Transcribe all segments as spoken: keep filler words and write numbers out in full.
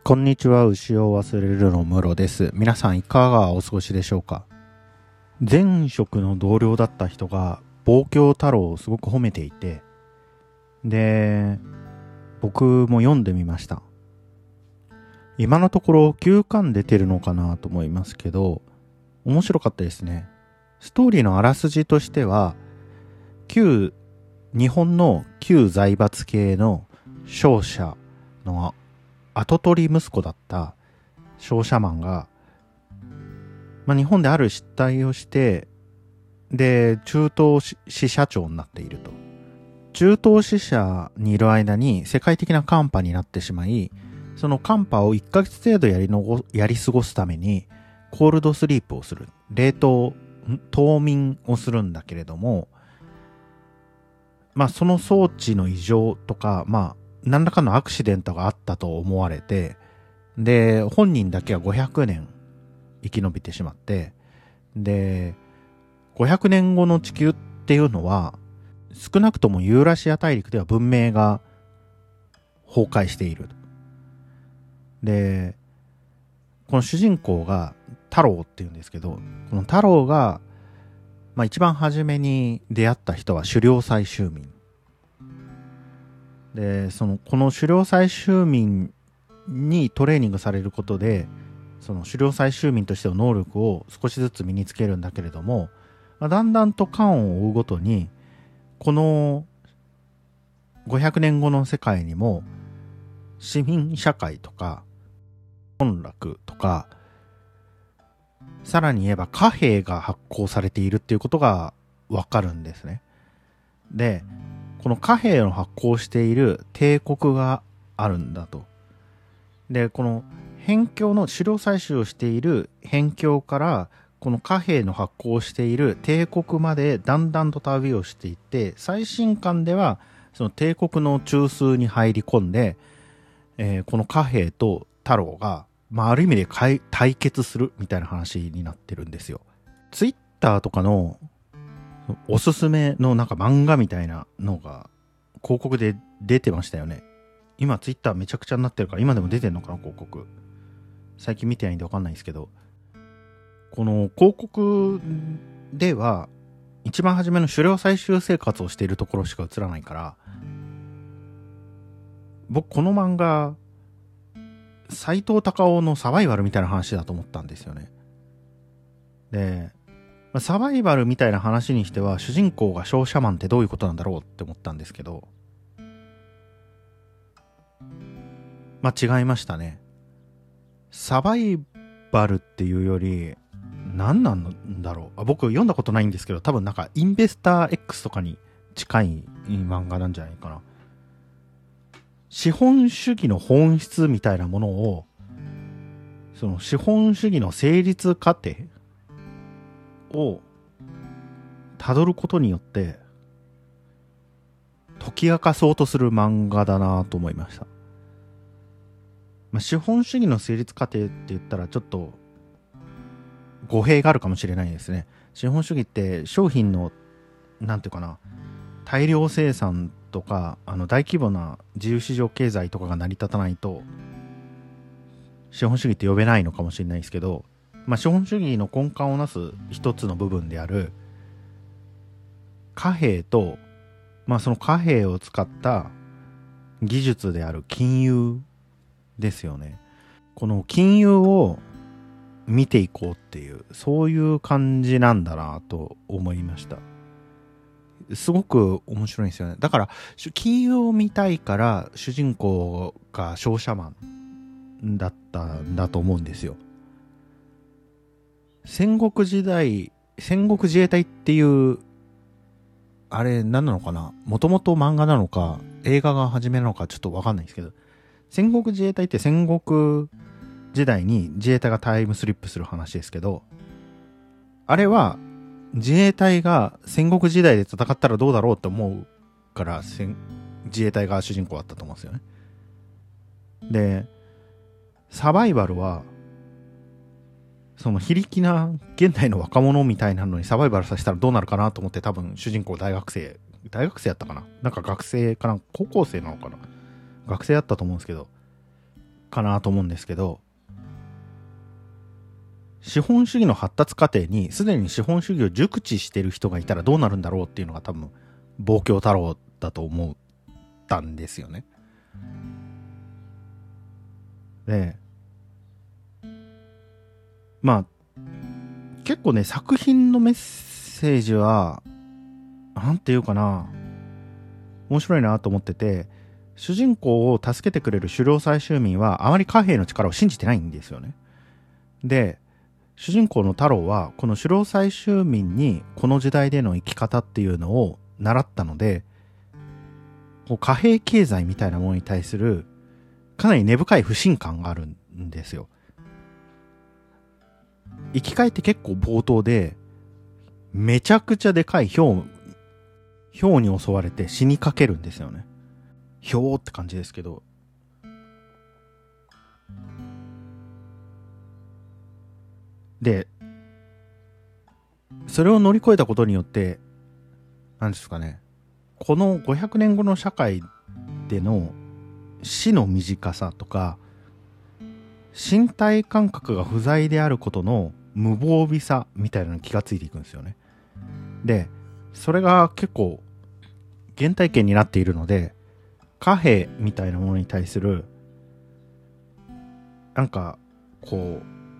こんにちは。牛を忘れるのムロです。皆さんいかがお過ごしでしょうか。前職の同僚だった人が望郷太郎をすごく褒めていて、で僕も読んでみました。今のところきゅうかん出てるのかなと思いますけど、面白かったですね。ストーリーのあらすじとしては、旧日本の旧財閥系の商社の跡取り息子だった商社マンが、まあ、日本である失態をして、で中東支社長になっていると。中東支社にいる間に世界的な寒波になってしまい、その寒波をいっかげつ程度やりのごやり過ごすためにコールドスリープをする、冷凍冬眠をするんだけれども、まあその装置の異常とか、まあ何らかのアクシデントがあったと思われて、で本人だけはごひゃくねん生き延びてしまって、でごひゃくねんごの地球っていうのは少なくともユーラシア大陸では文明が崩壊している。でこの主人公が太郎っていうんですけど、この太郎が、まあ、一番初めに出会った人は狩猟採集民で、そのこの狩猟採集民にトレーニングされることで、その狩猟採集民としての能力を少しずつ身につけるんだけれども、まあ、だんだんと間を追うごとにこのごひゃくねんごの世界にも市民社会とか村落とか、さらに言えば貨幣が発行されているっていうことがわかるんですね。でこの貨幣を発行している帝国があるんだと。でこの辺境の狩猟採集をしている辺境から、この貨幣の発行をしている帝国までだんだんと旅をしていって、最新刊ではその帝国の中枢に入り込んで、えー、この貨幣と太郎が、まあ、ある意味で対決するみたいな話になってるんですよ。ツイッターとかのおすすめのなんか漫画みたいなのが広告で出てましたよね。今ツイッターめちゃくちゃになってるから、今でも出てんのかな広告。最近見てないんでわかんないですけど、この広告では一番初めの狩猟採集生活をしているところしか映らないから、僕この漫画斎藤隆夫のサバイバルみたいな話だと思ったんですよね。でサバイバルみたいな話にしては主人公が商社マンってどういうことなんだろうって思ったんですけど、まあ違いましたね。サバイバルっていうより何なんだろう、あ僕読んだことないんですけど、多分なんかインベスター X とかに近い漫画なんじゃないかな。資本主義の本質みたいなものを、その資本主義の成立過程をたどることによって解き明かそうとする漫画だなと思いました。まあ、資本主義の成立過程って言ったらちょっと語弊があるかもしれないですね。資本主義って商品のなんていうかな、大量生産とか、あの大規模な自由市場経済とかが成り立たないと資本主義って呼べないのかもしれないですけど、まあ、資本主義の根幹をなす一つの部分である貨幣と、まあ、その貨幣を使った技術である金融ですよね。この金融を見ていこうっていう、そういう感じなんだなと思いました。すごく面白いんですよね。だから金融を見たいから主人公が商社マンだったんだと思うんですよ。戦国時代、戦国自衛隊っていうあれ何なのかな、もともと漫画なのか映画が始めなのかちょっと分かんないですけど、戦国自衛隊って戦国時代に自衛隊がタイムスリップする話ですけど、あれは自衛隊が戦国時代で戦ったらどうだろうって思うから自衛隊が主人公だったと思うんですよね。でサバイバルはその非力な現代の若者みたいなのにサバイバルさせたらどうなるかなと思って、多分主人公大学生大学生やったかな、なんか学生かな、高校生なのかな、学生だったと思うんですけど、 かなと思うんですけど、資本主義の発達過程にすでに資本主義を熟知してる人がいたらどうなるんだろうっていうのが多分望郷太郎だと思ったんですよね。で、まあ結構ね、作品のメッセージはなんていうかな、面白いなと思ってて、主人公を助けてくれる狩猟採集民はあまり貨幣の力を信じてないんですよね。で、主人公の太郎はこの狩猟採集民にこの時代での生き方っていうのを習ったので、こう貨幣経済みたいなものに対するかなり根深い不信感があるんですよ。生き返って結構冒頭でめちゃくちゃでかい豹豹に襲われて死にかけるんですよね。ひょーって感じですけど、でそれを乗り越えたことによって、何ですかね、このごひゃくねんごの社会での死の短さとか身体感覚が不在であることの無防備さみたいなのに気がついていくんですよね。でそれが結構原体験になっているので、貨幣みたいなものに対するなんかこ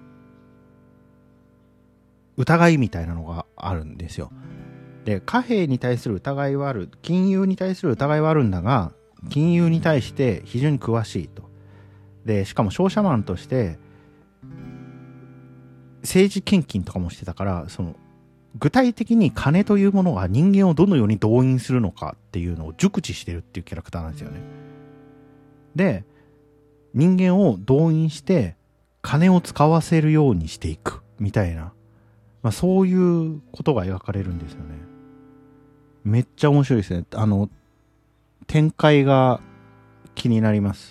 う疑いみたいなのがあるんですよ。で、貨幣に対する疑いはある、金融に対する疑いはあるんだが、金融に対して非常に詳しいと。で、しかも商社マンとして政治献金とかもしてたから、その具体的に金というものが人間をどのように動員するのかっていうのを熟知してるっていうキャラクターなんですよね。で、人間を動員して金を使わせるようにしていくみたいな、まあそういうことが描かれるんですよね。めっちゃ面白いですね。あの展開が気になります。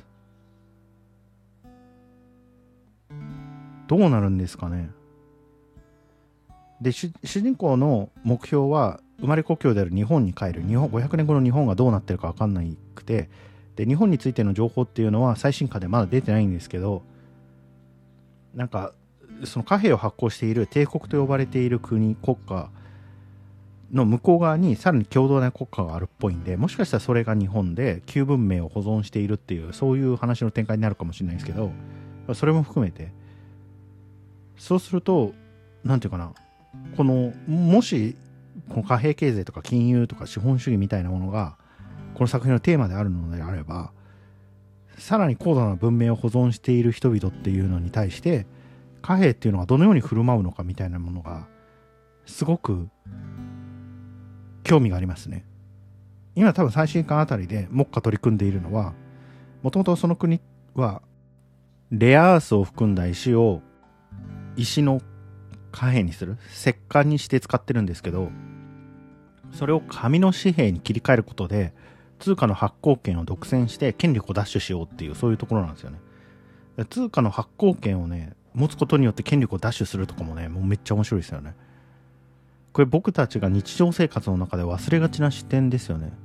どうなるんですかね。で、主人公の目標は生まれ故郷である日本に帰る。日本ごひゃくねんごの日本がどうなってるか分かんなくて、で日本についての情報っていうのは最新刊でまだ出てないんですけど、なんかその貨幣を発行している帝国と呼ばれている国国家の向こう側にさらに強大な国家があるっぽいんで、もしかしたらそれが日本で旧文明を保存しているっていう、そういう話の展開になるかもしれないですけど、それも含めて、そうするとなんていうかな、このもしこの貨幣経済とか金融とか資本主義みたいなものがこの作品のテーマであるのであれば、さらに高度な文明を保存している人々っていうのに対して貨幣っていうのがどのように振る舞うのかみたいなものがすごく興味がありますね。今多分最新刊あたりで目下取り組んでいるのは、もともとその国はレアアースを含んだ石を石の貨幣にする、石棺にして使ってるんですけど、それを紙の紙幣に切り替えることで通貨の発行権を独占して権力を奪取しようっていう、そういうところなんですよね。通貨の発行権をね持つことによって権力を奪取するとかもね、もうめっちゃ面白いですよね。これ僕たちが日常生活の中で忘れがちな視点ですよね。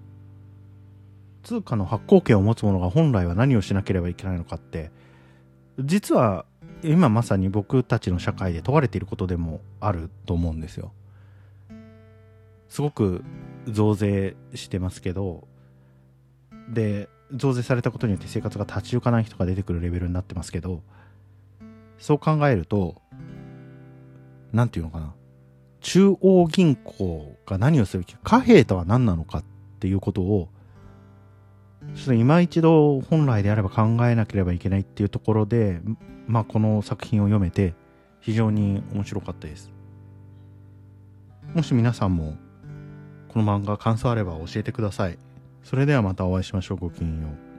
通貨の発行権を持つ者が本来は何をしなければいけないのかって、実は今まさに僕たちの社会で問われていることでもあると思うんですよ。すごく増税してますけど、で増税されたことによって生活が立ち行かない人が出てくるレベルになってますけど、そう考えるとなんていうのかな、中央銀行が何をするべきか、貨幣とは何なのかっていうことをちょっと今一度本来であれば考えなければいけないっていうところで、まあこの作品を読めて非常に面白かったです。もし皆さんもこの漫画感想あれば教えてください。それではまたお会いしましょう。ごきげんよう。